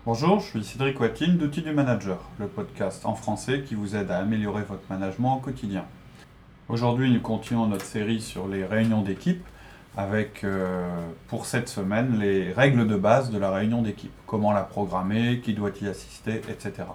Bonjour, je suis Cédric Watine d'Outils du Manager, le podcast en français qui vous aide à améliorer votre management au quotidien. Aujourd'hui, nous continuons notre série sur les réunions d'équipe avec, pour cette semaine, les règles de base de la réunion d'équipe. Comment la programmer, qui doit y assister, etc.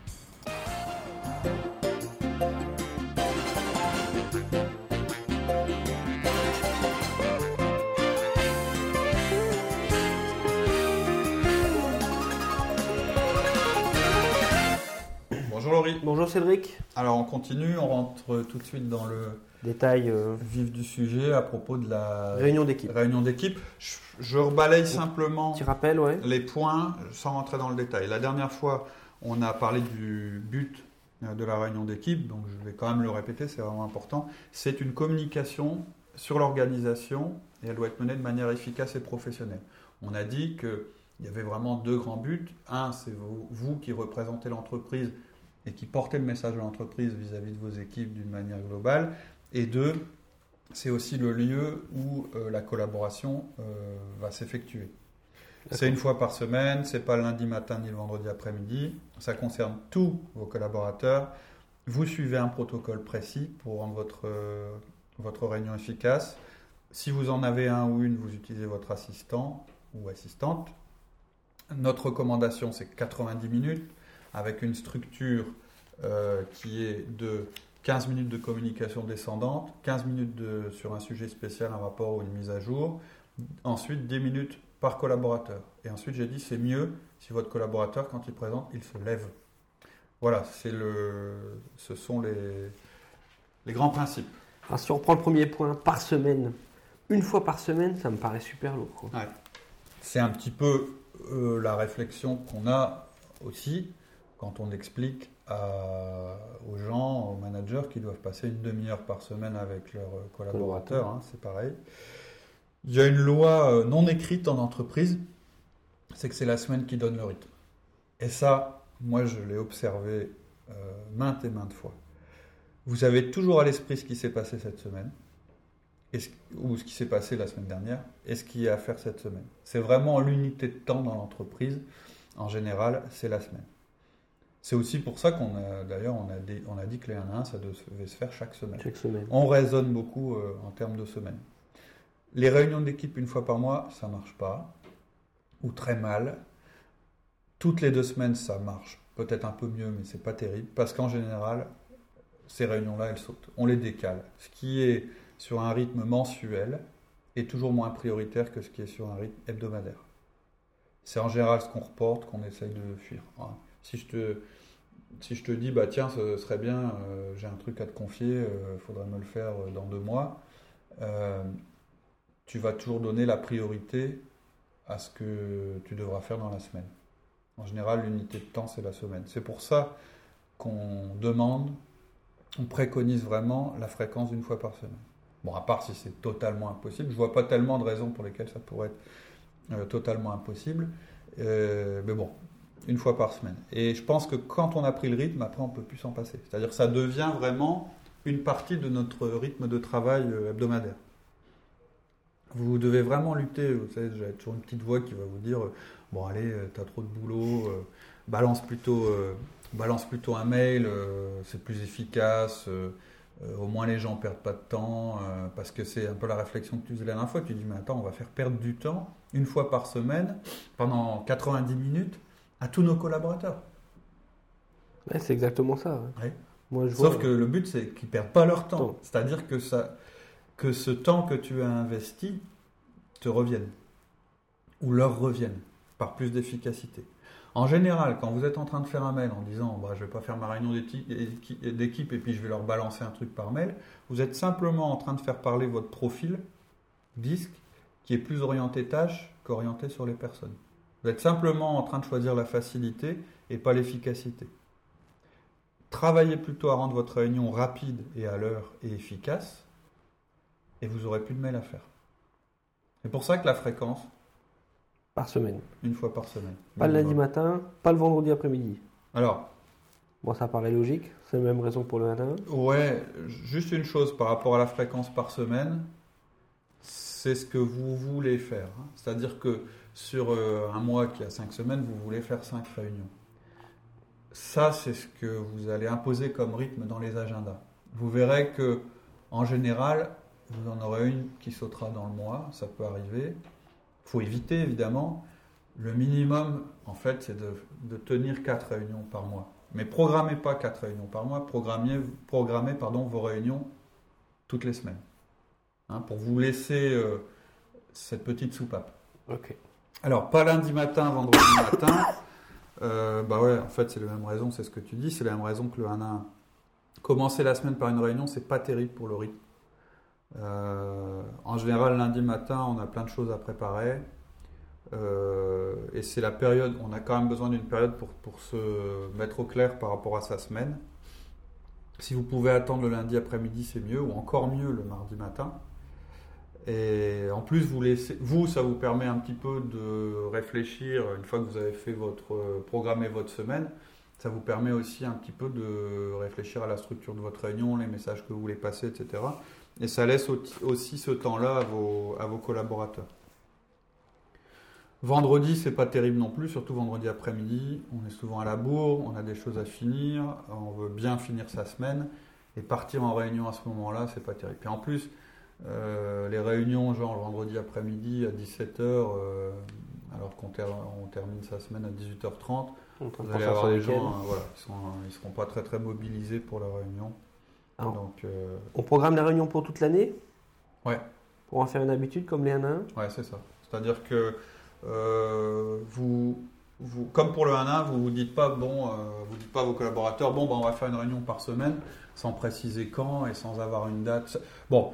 Bonjour Laurie. Bonjour Cédric. Alors on continue, on rentre tout de suite dans le Détail vif du sujet à propos de la réunion d'équipe. réunion d'équipe. Je rebalaye simplement Petit rappel, ouais. les points sans rentrer dans le détail. La dernière fois, on a parlé du but de la réunion d'équipe, donc je vais quand même le répéter, c'est vraiment important. C'est une communication sur l'organisation et elle doit être menée de manière efficace et professionnelle. On a dit qu'il y avait vraiment deux grands buts. Un, c'est vous qui représentez l'entreprise et qui portez le message de l'entreprise vis-à-vis de vos équipes d'une manière globale. Et deux, c'est aussi le lieu où la collaboration va s'effectuer. C'est une fois par semaine, c'est pas le lundi matin ni le vendredi après-midi. Ça concerne tous vos collaborateurs. Vous suivez un protocole précis pour rendre votre réunion efficace. Si vous en avez un ou une, vous utilisez votre assistant ou assistante. Notre recommandation, c'est 90 minutes avec une structure qui est de 15 minutes de communication descendante, 15 minutes sur un sujet spécial, un rapport ou une mise à jour, ensuite 10 minutes par collaborateur. Et ensuite, j'ai dit, c'est mieux si votre collaborateur, quand il présente, il se lève. Voilà, ce sont les grands principes. Alors si on reprend le premier point, par semaine, une fois par semaine, ça me paraît super lourd, quoi. Ouais. C'est un petit peu la réflexion qu'on a aussi quand on explique aux gens, aux managers qui doivent passer une demi-heure par semaine avec leurs collaborateurs, hein, c'est pareil. Il y a une loi non écrite en entreprise, c'est que c'est la semaine qui donne le rythme. Et ça, moi je l'ai observé maintes et maintes fois. Vous avez toujours à l'esprit ce qui s'est passé cette semaine, ou ce qui s'est passé la semaine dernière, et ce qu'il y a à faire cette semaine. C'est vraiment l'unité de temps dans l'entreprise. En général, c'est la semaine. C'est aussi pour ça qu'on a dit que les 1 à 1, ça devait se faire chaque semaine. Chaque semaine. On raisonne beaucoup en termes de semaines. Les réunions d'équipe une fois par mois, ça ne marche pas, ou très mal. Toutes les 2 semaines, ça marche peut-être un peu mieux, mais c'est pas terrible, parce qu'en général, ces réunions-là, elles sautent. On les décale. Ce qui est sur un rythme mensuel est toujours moins prioritaire que ce qui est sur un rythme hebdomadaire. C'est en général ce qu'on reporte, qu'on essaye de fuir. Voilà. Si je te dis, bah tiens, ce serait bien, j'ai un truc à te confier, il faudrait me le faire dans 2 mois, tu vas toujours donner la priorité à ce que tu devras faire dans la semaine. En général, l'unité de temps, c'est la semaine. C'est pour ça qu'on préconise vraiment la fréquence d'une fois par semaine. Bon, à part si c'est totalement impossible, je vois pas tellement de raisons pour lesquelles ça pourrait être totalement impossible, mais bon, une fois par semaine. Et je pense que quand on a pris le rythme, après on peut plus s'en passer. C'est-à-dire que ça devient vraiment une partie de notre rythme de travail hebdomadaire. Vous devez vraiment lutter, vous savez, j'ai toujours une petite voix qui va vous dire bon allez, t'as trop de boulot, balance plutôt un mail, c'est plus efficace, au moins les gens perdent pas de temps, parce que c'est un peu la réflexion que tu faisais la dernière fois, tu dis mais attends, on va faire perdre du temps une fois par semaine, pendant 90 minutes, à tous nos collaborateurs. Ouais, c'est exactement ça. Ouais. Moi, Sauf que le but, c'est qu'ils ne perdent pas leur temps. C'est-à-dire que ce temps que tu as investi te revienne. Ou leur revienne, par plus d'efficacité. En général, quand vous êtes en train de faire un mail en disant bah, je ne vais pas faire ma réunion d'équipe et puis je vais leur balancer un truc par mail, vous êtes simplement en train de faire parler votre profil disque qui est plus orienté tâche qu'orienté sur les personnes. Vous êtes simplement en train de choisir la facilité et pas l'efficacité. Travaillez plutôt à rendre votre réunion rapide et à l'heure et efficace, et vous n'aurez plus de mail à faire. C'est pour ça que la fréquence, par semaine. une fois par semaine. Pas le lundi matin, pas le vendredi après-midi. Alors, bon, ça paraît logique, c'est la même raison pour le matin. Ouais, juste une chose par rapport à la fréquence par semaine, c'est ce que vous voulez faire. C'est-à-dire que sur un mois qui a 5 semaines, vous voulez faire 5 réunions. Ça, c'est ce que vous allez imposer comme rythme dans les agendas. Vous verrez que, en général, vous en aurez une qui sautera dans le mois, ça peut arriver. Il faut éviter, évidemment. Le minimum, en fait, c'est de tenir 4 réunions par mois. Mais programmez pas 4 réunions par mois, programmez vos réunions toutes les semaines. Pour vous laisser cette petite soupape. Ok. Alors, pas lundi matin, vendredi matin. En fait, c'est la même raison, c'est ce que tu dis, c'est la même raison que le 1 à 1. Commencer la semaine par une réunion, c'est pas terrible pour le rythme. En général, lundi matin, on a plein de choses à préparer. Et c'est la période, on a quand même besoin d'une période pour se mettre au clair par rapport à sa semaine. Si vous pouvez attendre le lundi après-midi, c'est mieux, ou encore mieux le mardi matin. Et en plus, ça vous permet un petit peu de réfléchir, une fois que vous avez fait programmé votre semaine, ça vous permet aussi un petit peu de réfléchir à la structure de votre réunion, les messages que vous voulez passer, etc. Et ça laisse aussi ce temps-là à vos collaborateurs. Vendredi, c'est pas terrible non plus, surtout vendredi après-midi. On est souvent à la bourre, on a des choses à finir, on veut bien finir sa semaine. Et partir en réunion à ce moment-là, c'est pas terrible. Et en plus, les réunions, genre le vendredi après-midi à 17h, alors qu'on termine sa semaine à 18h30, vous allez avoir des gens, ils seront pas très très mobilisés pour la réunion. Alors, donc, on programme la réunion pour toute l'année ? Ouais. Pour en faire une habitude comme les 1 à 1 ? Ouais, c'est ça. C'est-à-dire que comme pour le 1 à 1, vous dites pas à vos collaborateurs, on va faire une réunion par semaine, sans préciser quand et sans avoir une date. Bon,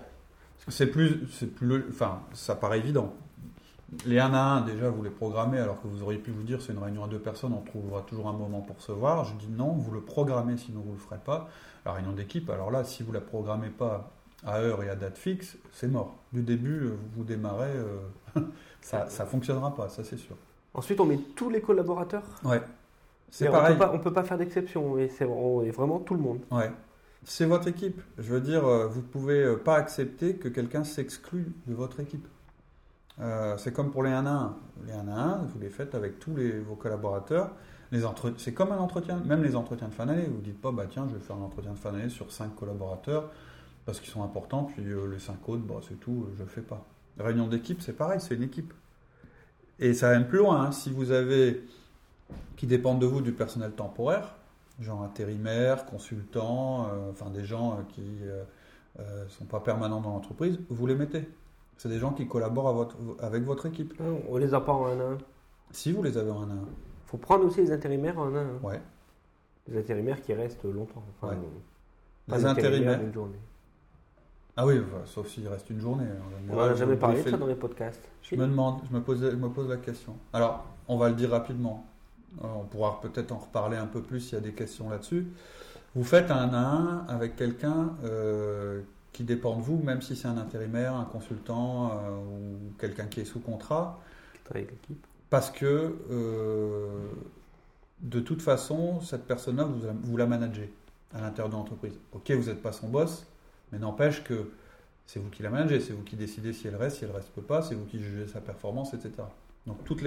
ça paraît évident. Les 1 à 1, déjà, vous les programmez, alors que vous auriez pu vous dire, c'est une réunion à 2 personnes, on trouvera toujours un moment pour se voir. Je dis non, vous le programmez, sinon vous le ferez pas. La réunion d'équipe, alors là, si vous la programmez pas à heure et à date fixe, c'est mort. Du début, vous démarrez, ça fonctionnera pas, ça c'est sûr. Ensuite, on met tous les collaborateurs ? Ouais, c'est pareil. On peut pas faire d'exception, on est vraiment tout le monde. Ouais, c'est votre équipe. Je veux dire, vous pouvez pas accepter que quelqu'un s'exclue de votre équipe. C'est comme pour les 1 à 1. Les 1 à 1, vous les faites avec tous vos collaborateurs. C'est comme un entretien, même les entretiens de fin d'année. Vous ne dites pas, tiens, je vais faire un entretien de fin d'année sur 5 collaborateurs parce qu'ils sont importants, puis les 5 autres, c'est tout, je ne le fais pas. La réunion d'équipe, c'est pareil, c'est une équipe. Et ça va même plus loin. Si vous avez, qui dépendent de vous, du personnel temporaire, genre intérimaires, consultants, des gens qui ne sont pas permanents dans l'entreprise, vous les mettez. C'est des gens qui collaborent avec votre équipe. On les a pas en 1 à 1. Si vous les avez en 1 à 1. Il faut prendre aussi les intérimaires en 1 à 1. Ouais. Les intérimaires qui restent longtemps. Ouais. Les intérimaires d'une journée. Ah oui, sauf s'il reste une journée. On n'a jamais parlé de ça dans les podcasts. Je me pose la question. Alors, on va le dire rapidement. On pourra peut-être en reparler un peu plus s'il y a des questions là-dessus. Vous faites un 1 à 1 avec quelqu'un qui dépend de vous, même si c'est un intérimaire, un consultant ou quelqu'un qui est sous contrat. Qui travaille avec l'équipe. Parce que de toute façon, cette personne-là, vous la managez à l'intérieur de l'entreprise. Ok, vous n'êtes pas son boss, mais n'empêche que c'est vous qui la managez, c'est vous qui décidez si elle reste pas, c'est vous qui jugez sa performance, etc. Donc toutes les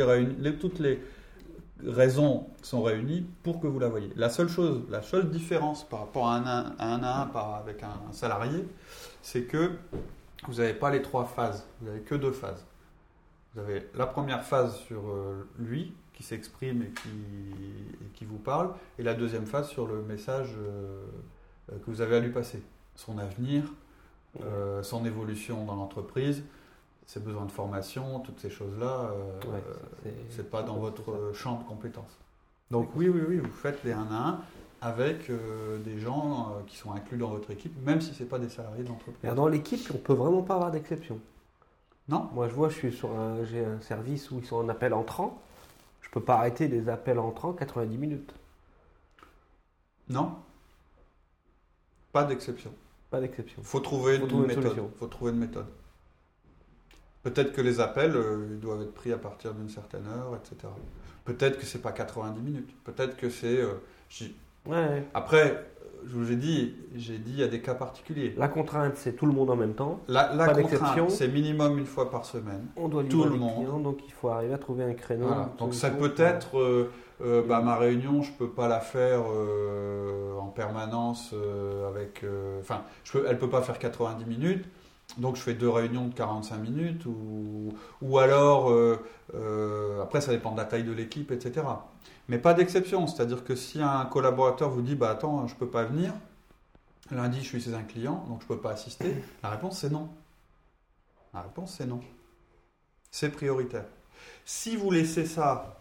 raisons sont réunies pour que vous la voyez. La seule différence par rapport à un 1 à 1 avec un salarié, c'est que vous n'avez pas les 3 phases, vous n'avez que 2 phases. Vous avez la première phase sur lui, qui s'exprime et qui vous parle, et la deuxième phase sur le message que vous avez à lui passer. Son avenir, son évolution dans l'entreprise, ses besoins de formation, toutes ces choses-là, c'est pas dans votre champ de compétences. Donc oui, vous faites les 1 à 1 avec des gens qui sont inclus dans votre équipe, même si ce n'est pas des salariés de l'entreprise. Dans l'équipe, on ne peut vraiment pas avoir d'exception. Non. Moi, je vois, j'ai un service où ils sont en appel entrant. Je ne peux pas arrêter les appels entrants 90 minutes. Non. Pas d'exception. Pas d'exception. Faut trouver une méthode. Peut-être que les appels, ils doivent être pris à partir d'une certaine heure, etc. Peut-être que c'est pas 90 minutes. Peut-être que c'est... Ouais. Après, je vous ai dit, il y a des cas particuliers. La contrainte, c'est tout le monde en même temps. La Pas contrainte, d'exception. c'est minimum une fois par semaine. On doit Tout livrer le des monde. clients, donc il faut arriver à trouver un créneau. Voilà. Donc ça peut être, ma réunion, je peux pas la faire en permanence elle peut pas faire 90 minutes. Donc je fais 2 réunions de 45 minutes ou alors, après ça dépend de la taille de l'équipe, etc. Mais pas d'exception, c'est-à-dire que si un collaborateur vous dit attends, je peux pas venir, lundi je suis chez un client, donc je peux pas assister, la réponse c'est non. La réponse c'est non. C'est prioritaire. Si vous laissez ça,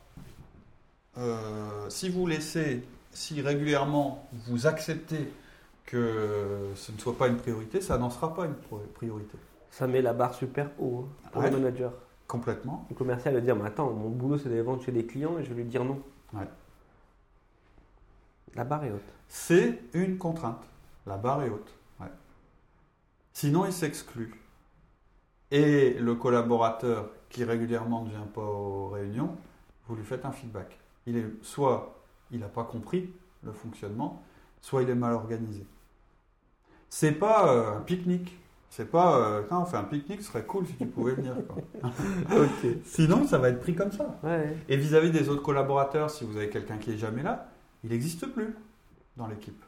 si régulièrement vous acceptez que ce ne soit pas une priorité, ça n'en sera pas une priorité. Ça met la barre super haut pour Ouais. le manager. Complètement. Le commercial va dire, mais attends, mon boulot c'est d'aller vendre chez des clients et je vais lui dire non. Ouais. La barre est haute. C'est une contrainte. La barre est haute. Ouais. Sinon, il s'exclut. Et le collaborateur qui régulièrement ne vient pas aux réunions, vous lui faites un feedback. Soit il n'a pas compris le fonctionnement, soit il est mal organisé. C'est pas un pique-nique. C'est pas on fait un pique-nique, ce serait cool si tu pouvais venir. Quoi. Ok. Sinon, ça va être pris comme ça. Ouais. Et vis-à-vis des autres collaborateurs, si vous avez quelqu'un qui est jamais là, il n'existe plus dans l'équipe.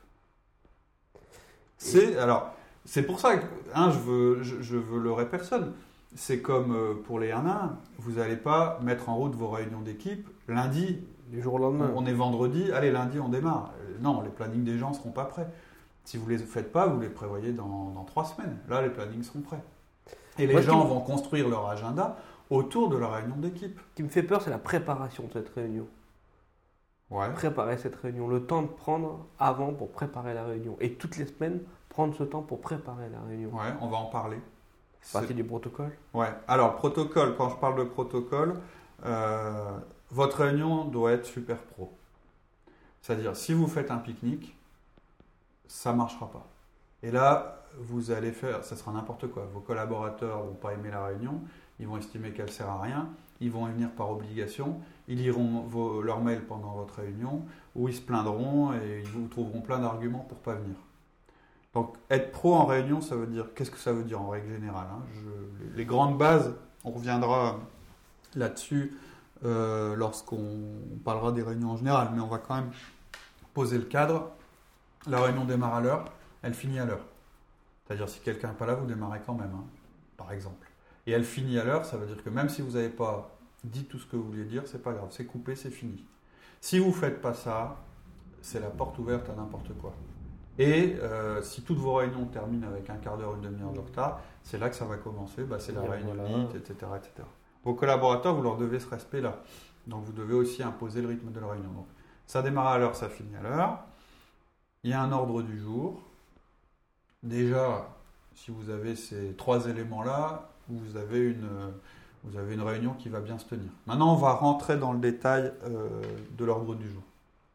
C'est pour ça que je veux leurrer personne. C'est comme pour les 1-1, vous n'allez pas mettre en route vos réunions d'équipe lundi. Du jour au lendemain. On est vendredi, allez lundi on démarre. Non, les plannings des gens ne seront pas prêts. Si vous ne les faites pas, vous les prévoyez dans 3 semaines. Là, les plannings seront prêts. Et les gens vont construire leur agenda autour de la réunion d'équipe. Ce qui me fait peur, c'est la préparation de cette réunion. Ouais. Préparer cette réunion, le temps de prendre avant pour préparer la réunion. Et toutes les semaines, prendre ce temps pour préparer la réunion. Ouais, on va en parler. C'est partie du protocole. Ouais. Alors, protocole, quand je parle de protocole, votre réunion doit être super pro. C'est-à-dire, si vous faites un pique-nique, ça ne marchera pas. Et là, vous allez faire, ça sera n'importe quoi. Vos collaborateurs ne vont pas aimer la réunion, ils vont estimer qu'elle ne sert à rien, ils vont y venir par obligation, ils liront leurs mails pendant votre réunion, ou ils se plaindront et ils vous trouveront plein d'arguments pour ne pas venir. Donc, être pro en réunion, ça veut dire, qu'est-ce que ça veut dire en règle générale, hein? Les grandes bases, on reviendra là-dessus lorsqu'on parlera des réunions en général, mais on va quand même poser le cadre. La réunion démarre à l'heure, elle finit à l'heure. C'est-à-dire, si quelqu'un n'est pas là, vous démarrez quand même, hein, par exemple. Et elle finit à l'heure, ça veut dire que même si vous n'avez pas dit tout ce que vous vouliez dire, c'est pas grave, c'est coupé, c'est fini. Si vous ne faites pas ça, c'est la porte ouverte à n'importe quoi. Et si toutes vos réunions terminent avec un quart d'heure, une demi-heure de retard, c'est là que ça va commencer, c'est la réunion vite, etc., etc. Vos collaborateurs, vous leur devez ce respect-là. Donc vous devez aussi imposer le rythme de la réunion. Donc, ça démarre à l'heure, ça finit à l'heure. Il y a un ordre du jour. Déjà, si vous avez ces 3 éléments-là, vous avez une réunion qui va bien se tenir. Maintenant, on va rentrer dans le détail de l'ordre du jour.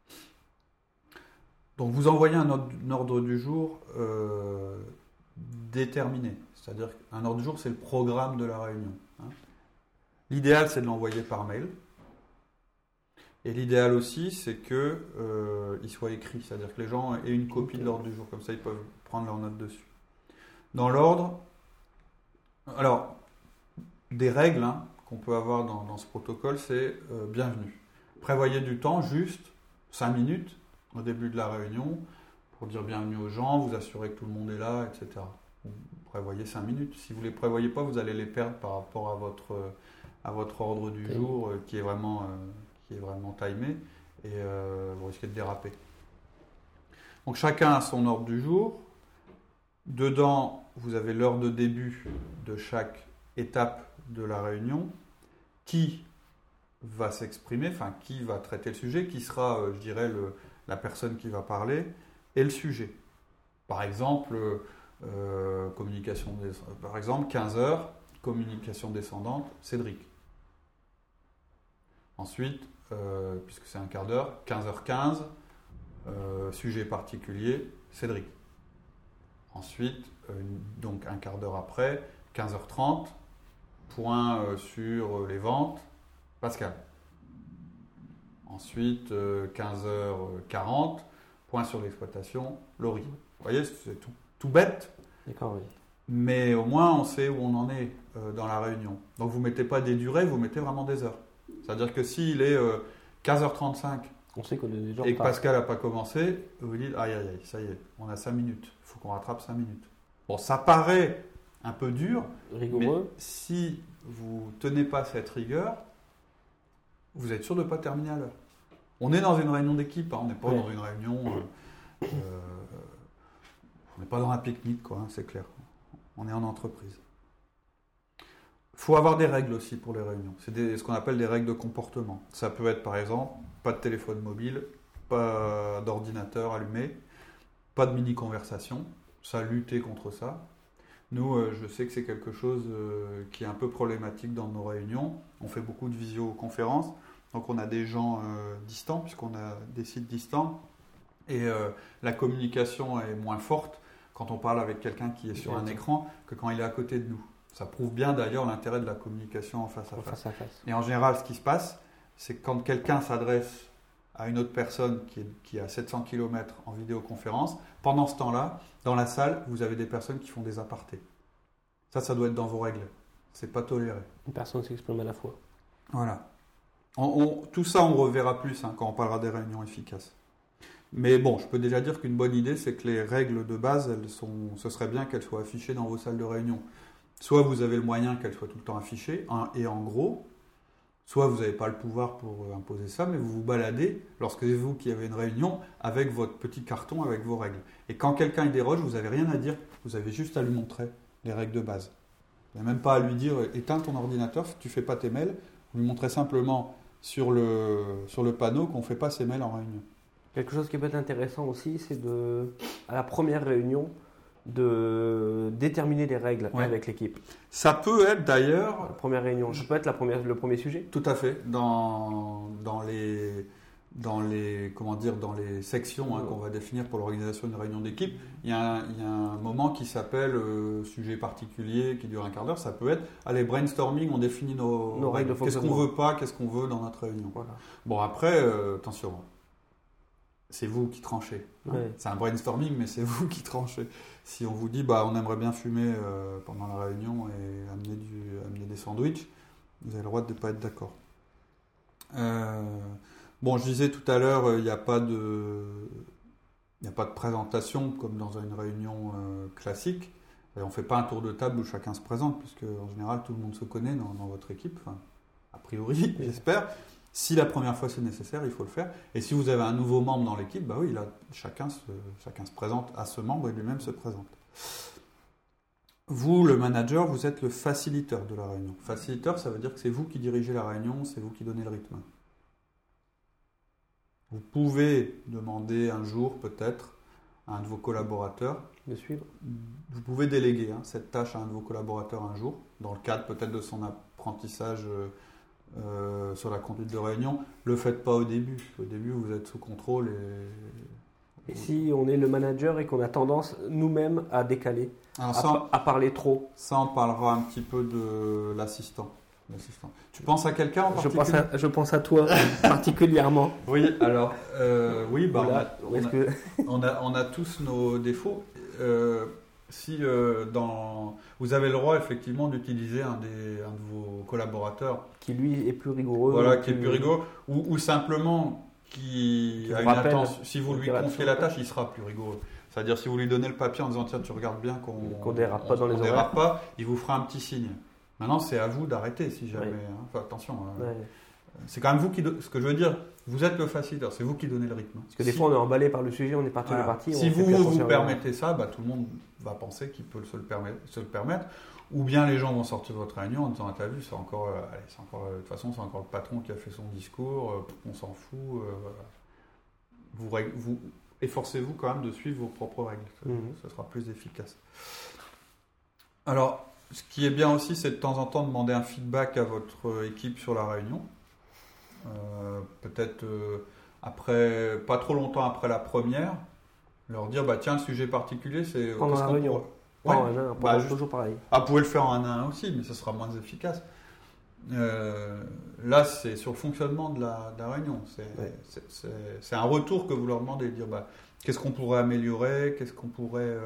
Donc, vous envoyez un ordre du jour déterminé. C'est-à-dire qu'un ordre du jour, c'est le programme de la réunion. Hein. L'idéal, c'est de l'envoyer par mail. Et l'idéal aussi, c'est qu'il soit écrit. C'est-à-dire que les gens aient une copie de l'ordre du jour. Comme ça, ils peuvent prendre leurs notes dessus. Dans l'ordre, alors, des règles qu'on peut avoir dans ce protocole, c'est bienvenue. Prévoyez du temps, juste 5 minutes au début de la réunion pour dire bienvenue aux gens, vous assurer que tout le monde est là, etc. Vous prévoyez 5 minutes. Si vous ne les prévoyez pas, vous allez les perdre par rapport à votre ordre du jour qui est vraiment timé et vous risquez de déraper. Donc chacun a son ordre du jour. Dedans, vous avez l'heure de début de chaque étape de la réunion. Qui va s'exprimer, enfin qui va traiter le sujet, qui sera, je dirais, la personne qui va parler, et le sujet. Par exemple, par exemple 15h, communication descendante, Cédric. Ensuite, puisque c'est un quart d'heure, 15h15, sujet particulier, Cédric. Ensuite, donc un quart d'heure après, 15h30, point sur les ventes, Pascal. Ensuite, 15h40, point sur l'exploitation, Laurie. Vous voyez, c'est tout bête, D'accord, oui. mais au moins on sait où on en est dans la réunion. Donc vous ne mettez pas des durées, vous mettez vraiment des heures. C'est-à-dire que s'il est 15h35 On sait qu'on est déjà en et que retard. Pascal n'a pas commencé, vous dites aïe aïe aïe, ça y est, on a 5 minutes, il faut qu'on rattrape 5 minutes. Bon, ça paraît un peu dur, mais Rigoureux. si vous ne tenez pas cette rigueur, vous êtes sûr de ne pas terminer à l'heure. On est dans une réunion d'équipe, hein, on n'est pas Ouais. dans une réunion, on n'est pas dans un pique-nique, quoi, hein, c'est clair. On est en entreprise. Il faut avoir des règles aussi pour les réunions. C'est ce qu'on appelle des règles de comportement. Ça peut être par exemple, pas de téléphone mobile, pas d'ordinateur allumé, pas de mini-conversation. Ça, lutter contre ça. Nous, je sais que c'est quelque chose qui est un peu problématique dans nos réunions. On fait beaucoup de visioconférences, donc on a des gens distants, puisqu'on a des sites distants, et la communication est moins forte quand on parle avec quelqu'un qui est sur un écran que quand il est à côté de nous. Ça prouve bien d'ailleurs l'intérêt de la communication en face à face. Face à face. Et en général, ce qui se passe, c'est que quand quelqu'un s'adresse à une autre personne qui est à 700 km en vidéoconférence, pendant ce temps-là, dans la salle, vous avez des personnes qui font des apartés. Ça doit être dans vos règles. C'est pas toléré. Une personne s'exprime à la fois. Voilà. Tout ça, on reverra plus quand on parlera des réunions efficaces. Mais bon, je peux déjà dire qu'une bonne idée, c'est que les règles de base, ce serait bien qu'elles soient affichées dans vos salles de réunion. Soit vous avez le moyen qu'elles soient tout le temps affichées, et en gros, soit vous n'avez pas le pouvoir pour imposer ça, mais vous vous baladez, lorsque c'est vous qui avez une réunion, avec votre petit carton, avec vos règles. Et quand quelqu'un y déroge, vous n'avez rien à dire, vous avez juste à lui montrer les règles de base. Vous n'avez même pas à lui dire « éteins ton ordinateur, tu ne fais pas tes mails », vous lui montrez simplement sur le panneau qu'on ne fait pas ses mails en réunion. Quelque chose qui peut être intéressant aussi, c'est à la première réunion, de déterminer les règles avec l'équipe. Ça peut être d'ailleurs... La première réunion, ça peut être le premier sujet. Tout à fait. Dans les sections qu'on va définir pour l'organisation d'une réunion d'équipe, il y a un moment qui s'appelle sujet particulier qui dure un quart d'heure. Ça peut être, allez, brainstorming, on définit nos règles. Qu'est-ce qu'on veut pas, qu'est-ce qu'on veut dans notre réunion. Voilà. Bon, après, attention, c'est vous qui tranchez. Ouais. C'est un brainstorming, mais c'est vous qui tranchez. Si on vous dit, on aimerait bien fumer pendant la réunion et amener des sandwichs, vous avez le droit de ne pas être d'accord. Bon, je disais tout à l'heure, il n'y a pas de présentation comme dans une réunion classique. Et on ne fait pas un tour de table où chacun se présente, puisque en général, tout le monde se connaît dans votre équipe. Enfin, a priori, j'espère. Si la première fois c'est nécessaire, il faut le faire. Et si vous avez un nouveau membre dans l'équipe, oui, là, chacun se présente à ce membre et lui-même se présente. Vous, le manager, vous êtes le facilitateur de la réunion. Facilitateur, ça veut dire que c'est vous qui dirigez la réunion, c'est vous qui donnez le rythme. Vous pouvez demander un jour, peut-être, à un de vos collaborateurs de suivre. Vous pouvez déléguer cette tâche à un de vos collaborateurs un jour, dans le cadre peut-être de son apprentissage sur la conduite de réunion. Le faites pas au début. Au début, vous êtes sous contrôle. Et si on est le manager et qu'on a tendance nous-mêmes à décaler, à parler trop? Ça, on parlera un petit peu de l'assistant. Tu penses à quelqu'un en particulier? Je pense à toi particulièrement. Oui, alors, oui, voilà. on a tous nos défauts. Si vous avez le droit effectivement d'utiliser un de vos collaborateurs qui lui est plus rigoureux, voilà, qui est plus rigoureux, ou simplement qui a une attention. Si vous lui confiez la tâche, il sera plus rigoureux. C'est-à-dire si vous lui donnez le papier en disant tiens, tu regardes bien qu'on dérape pas dans les horaires, il vous fera un petit signe. Maintenant, c'est à vous d'arrêter si jamais. Oui. Enfin, attention. C'est quand même vous qui. Ce que je veux dire, vous êtes le facilitateur, c'est vous qui donnez le rythme. Parce que des fois, on est emballé par le sujet, on est parti, voilà. on est parti. Si vous permettez ça, tout le monde va penser qu'il peut se le permettre. Ou bien les gens vont sortir de votre réunion en disant t'as vu, c'est encore, de toute façon, c'est encore le patron qui a fait son discours, on s'en fout. Vous efforcez-vous quand même de suivre vos propres règles. Ça sera plus efficace. Alors, ce qui est bien aussi, c'est de temps en temps demander un feedback à votre équipe sur la réunion. Peut-être après, pas trop longtemps après la première, leur dire tiens, le sujet particulier, c'est pendant la réunion. Ouais. Toujours pareil. Vous pouvez le faire en 1 à 1 aussi, mais ce sera moins efficace. Là, c'est sur le fonctionnement de la réunion. C'est un retour que vous leur demandez, dire qu'est-ce qu'on pourrait améliorer, qu'est-ce qu'on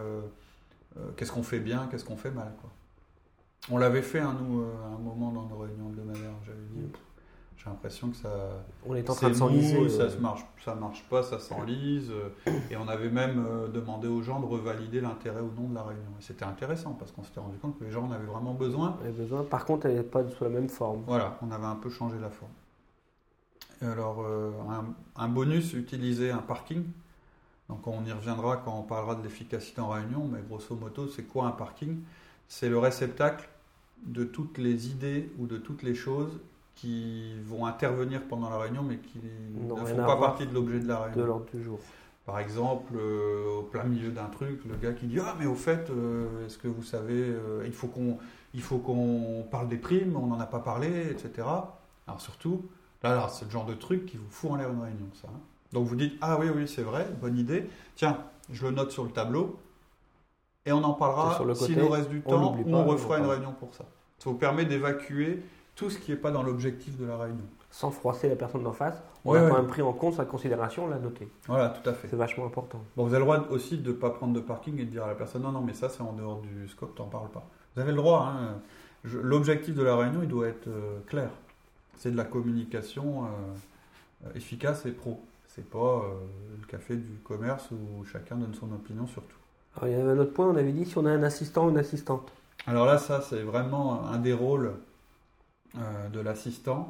fait bien, qu'est-ce qu'on fait mal, quoi. On l'avait fait, nous, à un moment dans nos réunions hebdomadaires. J'avais dit, j'ai l'impression que ça. On est en train de s'enliser. Ça marche pas, ça s'enlise. Et on avait même demandé aux gens de revalider l'intérêt ou non de la réunion. Et c'était intéressant parce qu'on s'était rendu compte que les gens en avaient vraiment besoin. Par contre, elle n'est pas sous la même forme. Voilà, on avait un peu changé la forme. Et alors, un bonus, utiliser un parking. Donc on y reviendra quand on parlera de l'efficacité en réunion, mais grosso modo, c'est quoi un parking ? C'est le réceptacle de toutes les idées ou de toutes les choses qui vont intervenir pendant la réunion, mais qui ne font pas partie de l'objet de la réunion. De l'ordre du jour. Par exemple, au plein milieu d'un truc, le gars qui dit « Ah, mais au fait, est-ce que vous savez, il faut qu'on parle des primes, on n'en a pas parlé, etc. » Alors surtout, là, c'est le genre de truc qui vous fout en l'air une réunion, ça. Donc vous dites « Ah oui, c'est vrai, bonne idée. Tiens, je le note sur le tableau. » Et on en parlera s'il nous reste du temps ou on refera une réunion pour ça. Ça vous permet d'évacuer tout ce qui n'est pas dans l'objectif de la réunion. Sans froisser la personne d'en face, on a quand même pris en compte sa considération, on l'a noté. Voilà, tout à fait. C'est vachement important. Bon, vous avez le droit aussi de ne pas prendre de parking et de dire à la personne non, mais ça c'est en dehors du scope, t'en parles pas. Vous avez le droit. L'objectif de la réunion, il doit être clair. C'est de la communication efficace et pro. C'est pas le café du commerce où chacun donne son opinion sur tout. Alors, il y avait un autre point, on avait dit si on a un assistant ou une assistante. Alors là, ça, c'est vraiment un des rôles de l'assistant.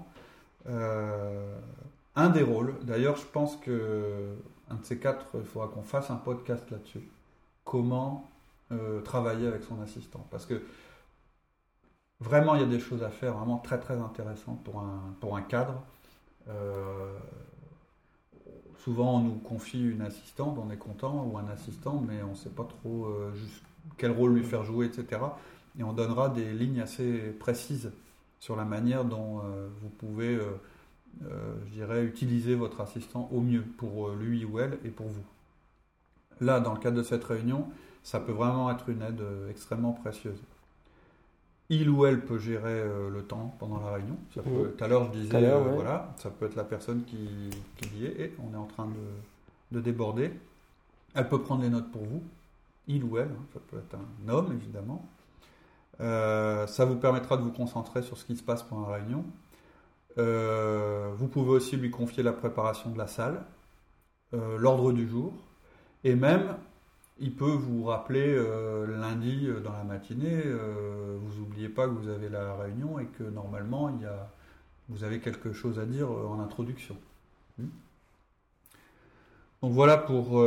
Un des rôles, d'ailleurs, je pense que un de ces quatre, il faudra qu'on fasse un podcast là-dessus. Comment travailler avec son assistant. Parce que vraiment, il y a des choses à faire vraiment très, très intéressantes pour un cadre. Souvent, on nous confie une assistante, on est content, ou un assistant, mais on ne sait pas trop quel rôle lui faire jouer, etc. Et on donnera des lignes assez précises sur la manière dont vous pouvez, je dirais, utiliser votre assistant au mieux pour lui ou elle et pour vous. Là, dans le cadre de cette réunion, ça peut vraiment être une aide extrêmement précieuse. Il ou elle peut gérer le temps pendant la réunion. Tout à l'heure, je disais, voilà, ça peut être la personne qui y est et on est en train de déborder. Elle peut prendre les notes pour vous, il ou elle, ça peut être un homme évidemment. Ça vous permettra de vous concentrer sur ce qui se passe pendant la réunion. Vous pouvez aussi lui confier la préparation de la salle, l'ordre du jour, et même il peut vous rappeler lundi dans la matinée, vous n'oubliez pas que vous avez la réunion et que normalement vous avez quelque chose à dire en introduction. Donc voilà pour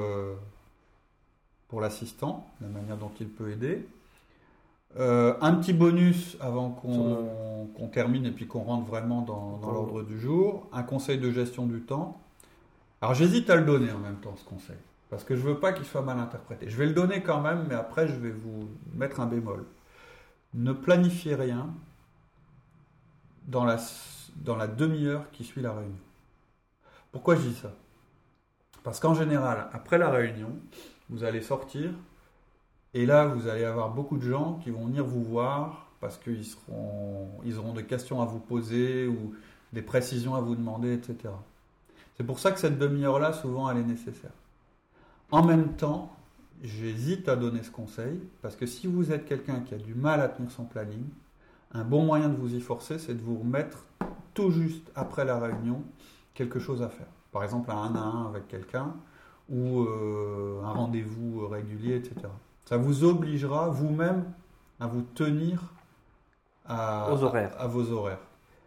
l'assistant, la manière dont il peut aider. Un petit bonus avant qu'on termine et puis qu'on rentre vraiment dans l'ordre du jour, un conseil de gestion du temps. Alors j'hésite à le donner en même temps ce conseil, parce que je ne veux pas qu'il soit mal interprété. Je vais le donner quand même, mais après je vais vous mettre un bémol. Ne planifiez rien dans la demi-heure qui suit la réunion. Pourquoi je dis ça ? Parce qu'en général, après la réunion, vous allez sortir et là, vous allez avoir beaucoup de gens qui vont venir vous voir parce qu'ils auront des questions à vous poser ou des précisions à vous demander, etc. C'est pour ça que cette demi-heure-là, souvent, elle est nécessaire. En même temps, j'hésite à donner ce conseil parce que si vous êtes quelqu'un qui a du mal à tenir son planning, un bon moyen de vous y forcer, c'est de vous remettre tout juste après la réunion quelque chose à faire. Par exemple, un à un avec quelqu'un ou un rendez-vous régulier, etc. Ça vous obligera vous-même à vous tenir à vos horaires.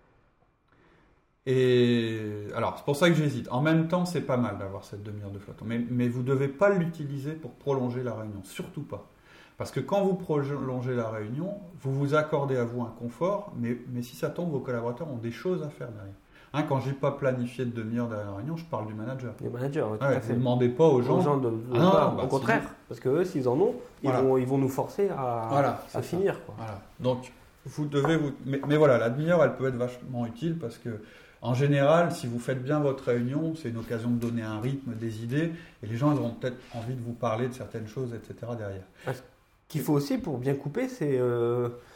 Et alors, c'est pour ça que j'hésite. En même temps, c'est pas mal d'avoir cette demi-heure de flottement. Mais vous ne devez pas l'utiliser pour prolonger la réunion. Surtout pas. Parce que quand vous prolongez la réunion, vous vous accordez à vous un confort, mais si ça tombe, vos collaborateurs ont des choses à faire derrière. Quand je n'ai pas planifié de demi-heure derrière la réunion, je parle du manager. Du manager, oui, tout à fait. Vous ne demandez pas aux gens au contraire, parce qu'eux, s'ils en ont, ils vont nous forcer à finir. Quoi. Voilà. Donc, vous devez Mais voilà, la demi-heure, elle peut être vachement utile parce que, en général, si vous faites bien votre réunion, c'est une occasion de donner un rythme, des idées, et les gens ils auront peut-être envie de vous parler de certaines choses, etc. derrière. Ce qu'il faut aussi pour bien couper, c'est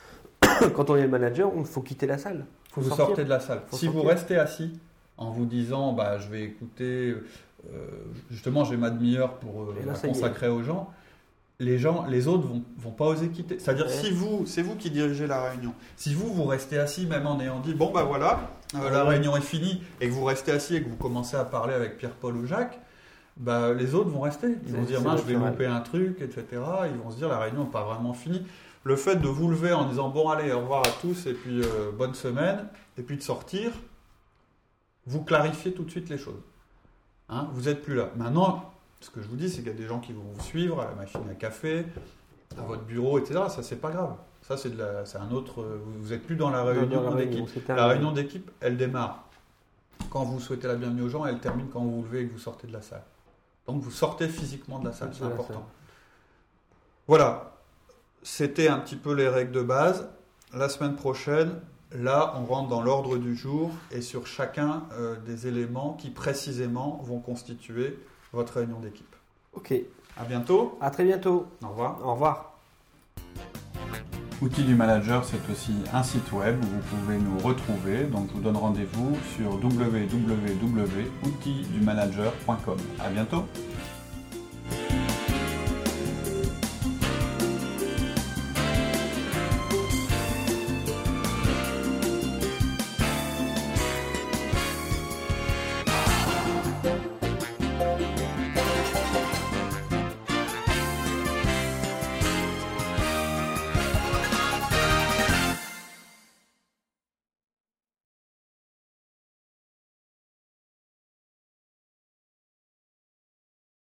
quand on est le manager, il faut quitter la salle. Vous sortez de la salle. Si vous sortir. restez assis en vous disant je vais écouter, justement j'ai ma demi-heure pour Et là, la ça y est. consacrer aux gens, les autres vont pas oser quitter. C'est-à-dire Ouais. si c'est vous qui dirigez la réunion, si vous restez assis même en ayant dit voilà, la réunion est finie et que vous restez assis et que vous commencez à parler avec Pierre-Paul ou Jacques, les autres vont rester. Ils vont se dire C'est je vais naturel. louper un truc, etc. Ils vont se dire la réunion n'est pas vraiment finie. Le fait de vous lever en disant bon allez au revoir à tous et puis bonne semaine et puis de sortir, vous clarifiez tout de suite les choses. Hein, vous n'êtes plus là. Maintenant, ce que je vous dis, c'est qu'il y a des gens qui vont vous suivre à la machine à café, à votre bureau, etc. Ça, c'est pas grave. Ça, c'est un autre. Vous n'êtes plus dans la réunion Dans la d'équipe. c'est La terminé. réunion d'équipe, elle démarre quand vous souhaitez la bienvenue aux gens, elle termine quand vous vous levez et que vous sortez de la salle. Donc, vous sortez physiquement de la salle, c'est De la important. salle. Voilà. C'était un petit peu les règles de base. La semaine prochaine, là, on rentre dans l'ordre du jour et sur chacun des éléments qui précisément vont constituer votre réunion d'équipe. Ok. À bientôt. À très bientôt. Au revoir. Au revoir. Outils du manager, c'est aussi un site web où vous pouvez nous retrouver. Donc, je vous donne rendez-vous sur www.outildumanager.com. À bientôt.